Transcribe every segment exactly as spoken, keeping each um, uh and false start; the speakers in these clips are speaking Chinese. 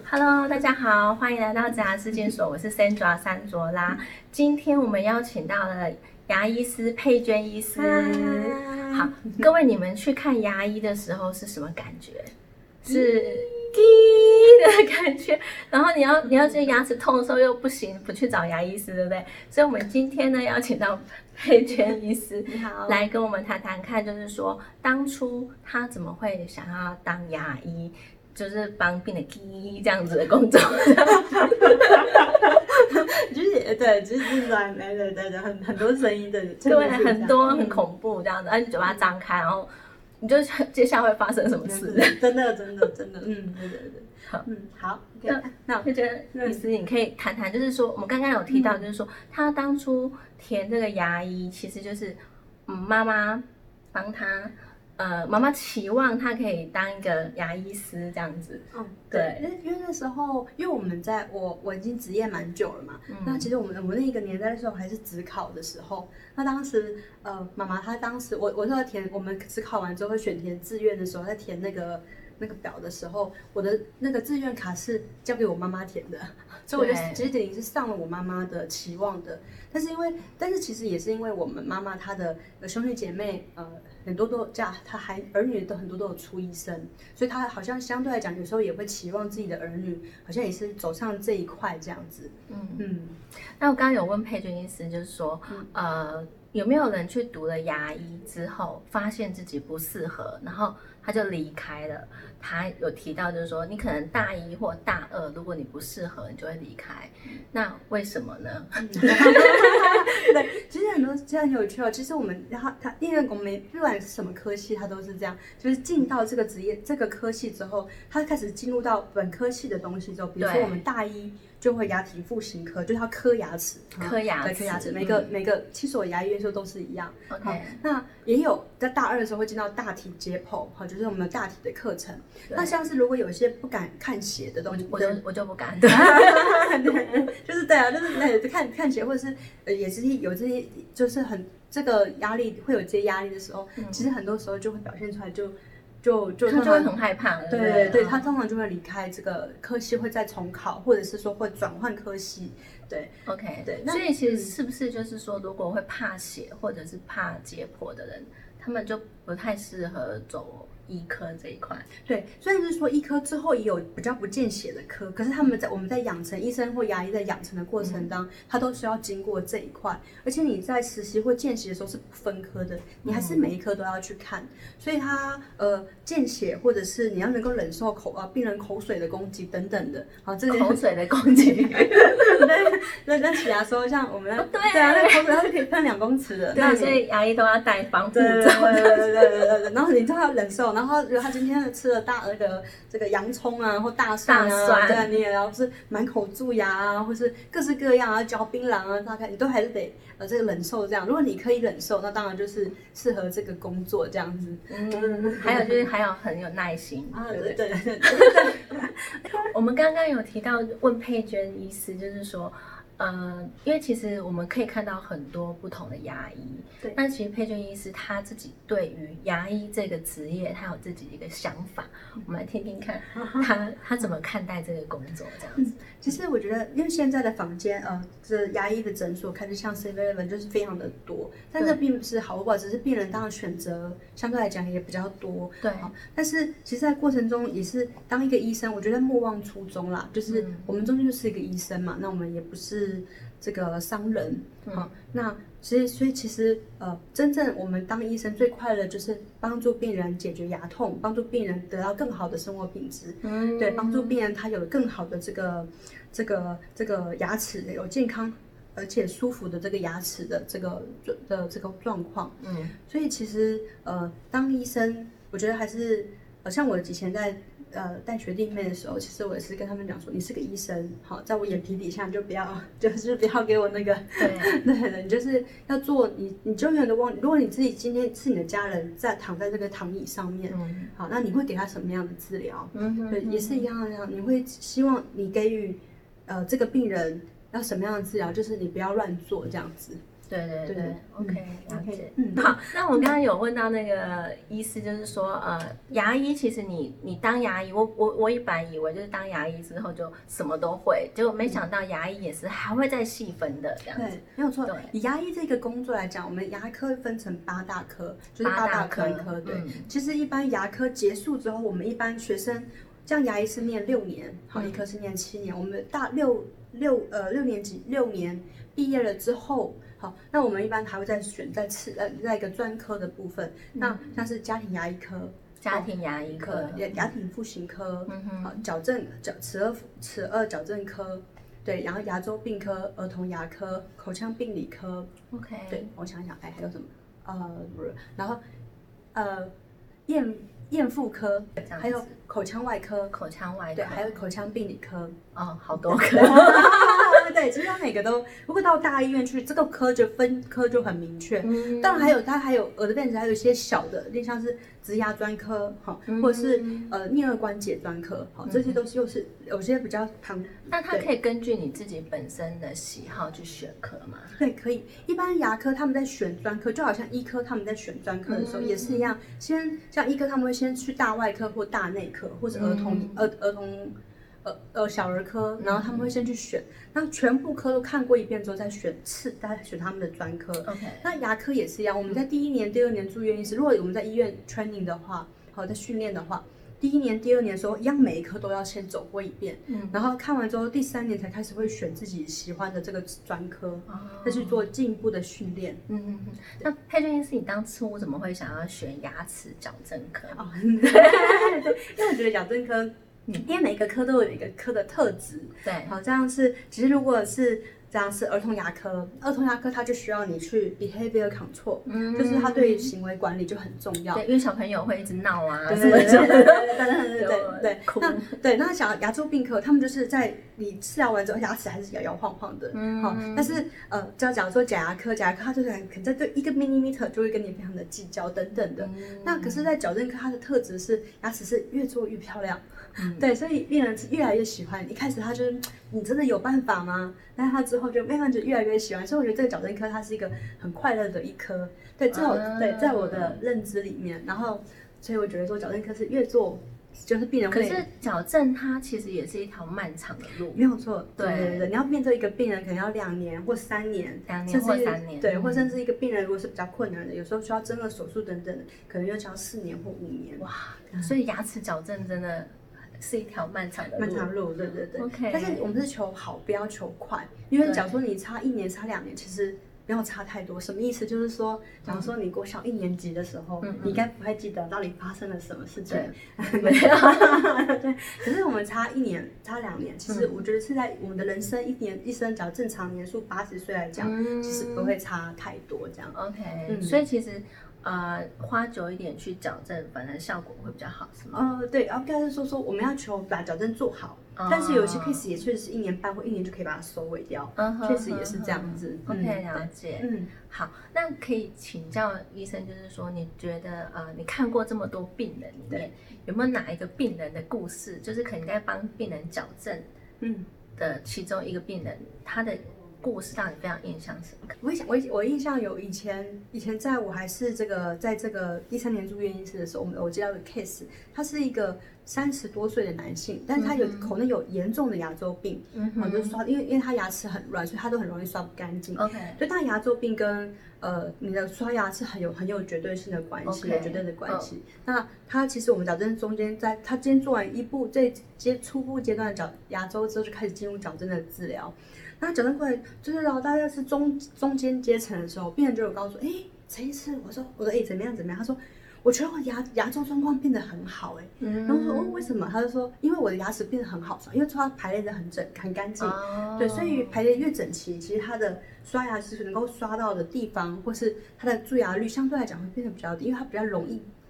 Hello， 大家好，欢迎来到植牙事件所，我是 Sandra 山卓拉。今天我们邀请到了牙医师佩娟医师。好，各位，你们去看牙医的时候是什么感觉？是滴的感觉，然后你要你要觉得牙齿痛的时候又不行，不去找牙医师，对不对？所以我们今天呢邀请到佩娟医师来跟我们谈谈看，就是说当初他怎么会想要当牙医，就是帮病人滴这样子的工作。 就是对，就是软没对对对，很很多声音的， 对，很多很恐怖这样子，而且嘴巴张开，然后你就接下来会发生什么事？ 真的真的真的，嗯，对对对，好，嗯好， 那那我就觉得医师你可以谈谈，就是说我们刚刚有提到，就是说他当初填这个牙医，其实就是嗯妈妈帮他。呃，妈妈期望他可以当一个牙医师这样子。 嗯，对，因为因为那时候，因为我们在我我已经职业蛮久了嘛，嗯、那其实我们我们那个年代的时候还是指考的时候，那当时呃，妈妈她当时我我那个填我们指考完之后会选填志愿的时候，在填那个那个表的时候，我的那个志愿卡是交给我妈妈填的，所以我就其实等于是上了我妈妈的期望的。但是因为，但是其实也是因为我们妈妈她的兄弟姐妹呃。很多都家，他还儿女都很多都有出医生，所以他好像相对来讲，有时候也会期望自己的儿女好像也是走上这一块这样子。嗯嗯。 那我刚刚有问佩娟医师，就是说，嗯、呃，有没有人去读了牙医之后，发现自己不适合，然后他就离开了？他有提到，就是说，你可能大一或大二，如果你不适合，你就会离开。那为什么呢？ 对，其实很多这样很有趣哦。其实我们他他因为我们不管是什么科系，他都是这样，就是进到这个职业这个科系之后，他开始进入到本科系的东西之后，比如说我们大一就会牙体复形科，就是要磕牙齿， 磕牙齿， 对，磕牙齿，每个、嗯、每个其实我牙医院说都是一样。 OK， 那也有在大二的时候会进到大体解剖，哈，就是我们大体的课程。那像是如果有一些不敢看血的东西， 我就我就不敢。对， 就是对啊，就是那看看血，或者是呃也是有这些，就是很这个压力会有这些压力的时候，嗯、其实很多时候就会表现出来就。就就他就会很害怕了， 对对 对, 对，他通常就会离开这个科系，会再重考，或者是说会转换科系，对 ，OK， 对，所以其实是不是就是说，如果会怕血或者是怕解剖的人，他们就不太适合走医科这一块？ 对，虽然是说医科之后也有比较不见血的科，可是他们在我们在养成医生或牙医在养成的过程当中，他都需要经过这一块，而且你在实习或见血的时候是不分科的，你还是每一科都要去看，所以他呃见血或者是你要能够忍受口啊病人口水的攻击等等的，好，这个口水的攻击， 对，那那洗牙说像我们那、哦、对啊，那口水它是可以喷两公尺的， 对，所以牙医都要戴防护罩， 对对对对对对，然后你都要忍受。然后，如果他今天吃了大那个这个洋葱啊，或大蒜啊，对啊，你也要是满口蛀牙啊，或是各式各样啊，嚼槟榔啊，大概你都还是得呃这个忍受这样。如果你可以忍受，那当然就是适合这个工作这样子。 嗯，还有就是还有很有耐心啊， 对对对对对对。 我们刚刚有提到问佩娟医师，就是说。呃，因为其实我们可以看到很多不同的牙医， 对。 那其实佩娟医师他自己对于牙医这个职业，他有自己的一个想法，我们来听听看他他怎么看待这个工作这样子。 嗯、其实我觉得，因为现在的坊间，呃，这牙医的诊所开始像 seven eleven 就是非常的多，但这并不是好不好，只是病人当然选择相对来讲也比较多， 对。 但是其实，在过程中也是当一个医生，我觉得莫忘初衷啦，就是我们终究就是一个医生嘛，那我们也不是。这个商人，好、嗯，那所以所以其实呃，真正我们当医生最快乐就是帮助病人解决牙痛，帮助病人得到更好的生活品质，嗯，对，帮助病人他有更好的这个这个这个牙齿有健康而且舒服的这个牙齿的这个的这个状况，嗯，所以其实呃，当医生，我觉得还是呃，像我以前在。呃，带学弟妹的时候，其实我也是跟他们讲说，你是个医生，好，在我眼皮底下你就不要，就是不要给我那个，对对的，你就是要做你，你就永远都忘。如果你自己今天是你的家人在躺在这个躺椅上面，嗯、好，那你会给他什么样的治疗？嗯哼，对，也是一样的，你会希望你给予呃这个病人要什么样的治疗，就是你不要乱做这样子。 对对对，对 ，OK， 了解。 嗯， 好，那我刚刚有问到那个医师，就是说，呃，牙医其实你你当牙医，我我我一般以为就是当牙医之后就什么都会，结果没想到牙医也是还会再细分的这样子。 对，没有错。以牙医这个工作来讲，我们牙科分成八大科，就是八大科一科。对，嗯、其实一般牙科结束之后，我们一般学生像牙医是念六年，好，医科是念七年，我们大六六呃六年级六年毕业了之后。好，那我们一般还会再选再次呃在一个专科的部分，嗯、那像是家庭牙医科、 家庭牙医科、 牙牙庭复形科， 嗯哼， 好矫正矫齿颚齿颚矫正科，对，然后牙周病科、儿童牙科、口腔病理科 ，OK， 对，我想想，哎，还有什么？呃，不是，然后呃咽咽妇科，还有口腔外科， 口腔外科， 对，还有口腔病理科， 哦，好多科。 对，其实它每个都，如果到大医院去，这个科就分科就很明确。嗯、当然还有它还有耳的变质，还有一些小的，例像是植牙专科，哈、嗯，或者是呃颞颌关节专科，好，这些都是又是有些比较常。 那它可以根据你自己本身的喜好去选科吗？ 对，可以。一般牙科他们在选专科，就好像医科他们在选专科的时候、嗯、也是一样，先像医科他们会先去大外科或大内科，或者儿童、嗯、儿儿童。呃呃，小儿科，然后他们会先去选，那全部科都看过一遍之后再选次，再选他们的专科。 OK， 那牙科也是一样，我们在第一年、第二年住院医师，如果我们在医院 training 的话，好，在训练的话，第一年、第二年的时候，一样每一科都要先走过一遍，嗯，然后看完之后，第三年才开始会选自己喜欢的这个专科，哦，再去做进一步的训练。 嗯嗯嗯。那佩娟医师，你当初怎么会想要选牙齿矫正科？ 哦，对，因为我觉得矫正科。因为每个科都有一个科的特质， 对， 好，这样是，其实如果是这样是儿童牙科，儿童牙科它就需要你去 behavior control，嗯，就是它对行为管理就很重要， 对，因为小朋友会一直闹啊， 对对对对对对对对对，那对那小牙周病科，他们就是在你治疗完之后，牙齿还是摇摇晃晃的，嗯，好，但是呃，就要讲说假牙科，假牙科它就是可能在对一个 millimeter 就会跟你非常的计较等等的，那可是，在矫正科它的特质是牙齿是越做越漂亮。嗯、对，所以病人是越来越喜欢。一开始他就是你真的有办法吗？但是他之后就慢慢就越来越喜欢。所以我觉得这个矫正科它是一个很快乐的一科。对，在我、啊、对在我的认知里面，然后所以我觉得说矫正科是越做就是病人会。 可是矫正它其实也是一条漫长的路， 没有错。对对 对, 对，你要面对一个病人可能要两年或三年， 两年或三年， 对，嗯、或甚至一个病人如果是比较困难的，有时候需要针颌手术等等的，可能要需要四年或五年。 哇，嗯、所以牙齿矫正真的。是一条漫长的路， 漫长路，对对对。 OK， 但是我们是求好，不要求快。因为假如说你差一年、差两年，其实不要差太多。什么意思？就是说，假如说你国小一年级的时候，嗯、你应该不会记得到底发生了什么事情。 对， 对。可是我们差一年、差两年，其实我觉得是在我们的人生一年一生，只要正常年数八十岁来讲，嗯、其实不会差太多这样。 OK，嗯、所以其实。呃，花久一点去矫正，反正效果会比较好，是吗？ 呃，对，然后刚才说说我们要求把矫正做好，哦、但是有些 case 也确实是一年半或一年就可以把它收尾掉，嗯、确实也是这样子。 嗯、OK， 了解。嗯，好，那可以请教医生，就是说，你觉得呃，你看过这么多病人里面，有没有哪一个病人的故事，就是可能在帮病人矫正，嗯的其中一个病人，他的。故事让你非常印象深刻。 我想，我我印象有以前，以前在我还是这个在这个第三年住院医师的时候，我们我接到一个 case， 他是一个三十多岁的男性，但是他有、嗯、口内有严重的牙周病，嗯哼，就是刷，因为因为他牙齿很软，所以他都很容易刷不干净。 OK， 所以他牙周病跟呃你的刷牙是很有很有绝对性的关系， okay, 有绝对的关系。Oh. 那他其实我们矫正中间，在他今天做完一步这阶初步阶段的矫牙周之后，就开始进入矫正的治疗。那矫正过来就是然后大概是中中间阶层的时候，病人就有告诉我，哎，陈医师，我说我说哎怎么样怎么样？他说我觉得我牙牙周状况变得很好哎，嗯、然后我说哦为什么？他就说因为我的牙齿变得很好，因为它排列的很整很干净，哦、对，所以排列越整齐，其实它的刷牙其实能够刷到的地方，或是它的蛀牙率相对来讲会变得比较低，因为它比较容易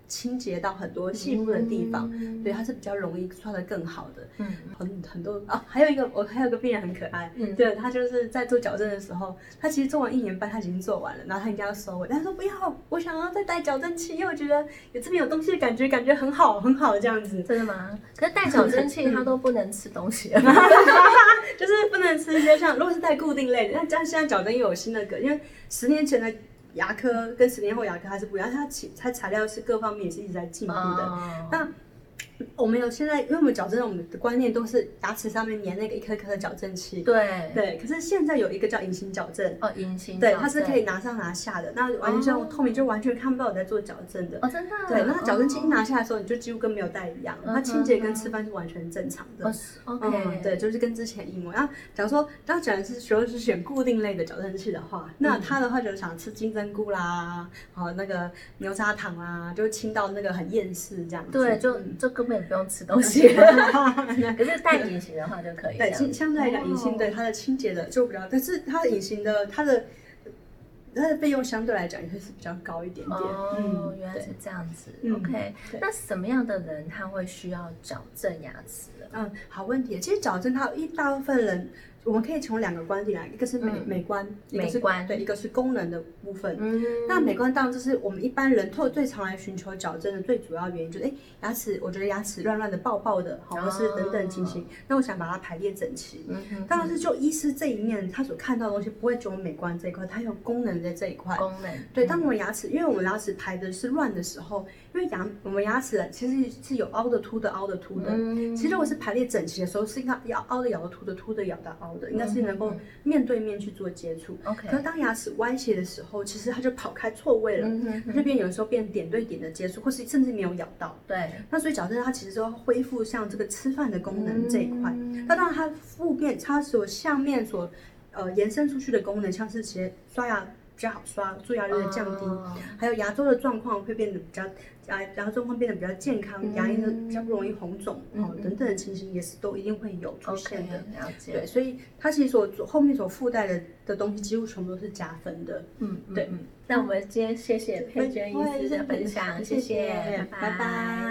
清洁到很多细部的地方， 嗯、 对，它是比较容易刷得更好的。 嗯， 很很多啊，还有一个我还有一个病人很可爱，嗯、对他就是在做矫正的时候，他其实做完一年半他已经做完了，然后他应该要收尾，但他说不要，我想要再戴矫正器，因为我觉得有这边有东西的感觉，感觉很好很好这样子。 真的吗？可是戴矫正器他都不能吃东西了。 就是不能吃一些像，如果是戴固定类的，那像现在矫正又有新的个，因为十年前的牙科跟十年后牙科还是不一样，它其它材料是各方面也是一直在进步的。哦、那我们有现在，因为我们矫正，我们的观念都是牙齿上面粘那个一颗一颗的矫正器。 对对，可是现在有一个叫隐形矫正。 哦，隐形矫正。 对， 它是可以拿上拿下的，那完全像透明，就完全看不到我在做矫正的。 哦，真的。 对，那矫正器一拿下来的时候，你就几乎跟没有戴一样，它清洁跟吃饭是完全正常的。 哦 ，OK。 对，就是跟之前一模一样。假如说，刚讲的是说是选固定类的矫正器的话，那他的话就是想吃金针菇啦，哦那个牛轧糖啦，就清到那个很厌世这样子。 对，就就根本不用吃东西。可是戴隐形的话就可以。 对，相对来讲，隐形对它的清洁的就比较，但是它的隐形的它的它的费用相对来讲也会是比较高一点点。 哦，嗯、原来是这样子。嗯、OK， 那什么样的人他会需要矫正牙齿呢？ 嗯，好问题。其实矫正它一大部分人。我们可以从两个观点来，一个是美、嗯、美观，一个是美观， 对，一个是功能的部分。嗯，那美观当然就是我们一般人最最常来寻求矫正的最主要原因，就是哎牙齿，我觉得牙齿乱乱的、爆爆的，好、哦，或是等等情形，那我想把它排列整齐。嗯哼，当然是就医师这一面，他所看到的东西不会只有美观这一块，它有功能的这一块。 功能对，当我们牙齿，因为我们牙齿排的是乱的时候，因为牙我们牙齿其实是有凹的、凸的、凹的、凸的。嗯，其实如果是排列整齐的时候，是应该要凹的咬的、凸的、凸的咬的、凹的，应该是能够面对面去做接触。 OK， 可是当牙齿歪斜的时候，其实它就跑开错位了，嗯、它就变有的时候变点对点的接触，或是甚至没有咬到。 对， 那所以矫正它其实就要恢复像这个吃饭的功能这一块。嗯、那当然它负面，它所下面所呃延伸出去的功能，像是其实刷牙比较好刷，蛀牙率的降低，哦、还有牙周的状况会变得比较牙牙周状况变得比较健康，嗯、牙龈的比较不容易红肿，嗯、哦等等的情形也是都一定会有出现的。 Okay, 了解。 对，所以它其实所后面所附带的的东西几乎全部都是加分的。 嗯，对。嗯，那我们今天谢谢佩娟医师的分享，谢谢，拜拜。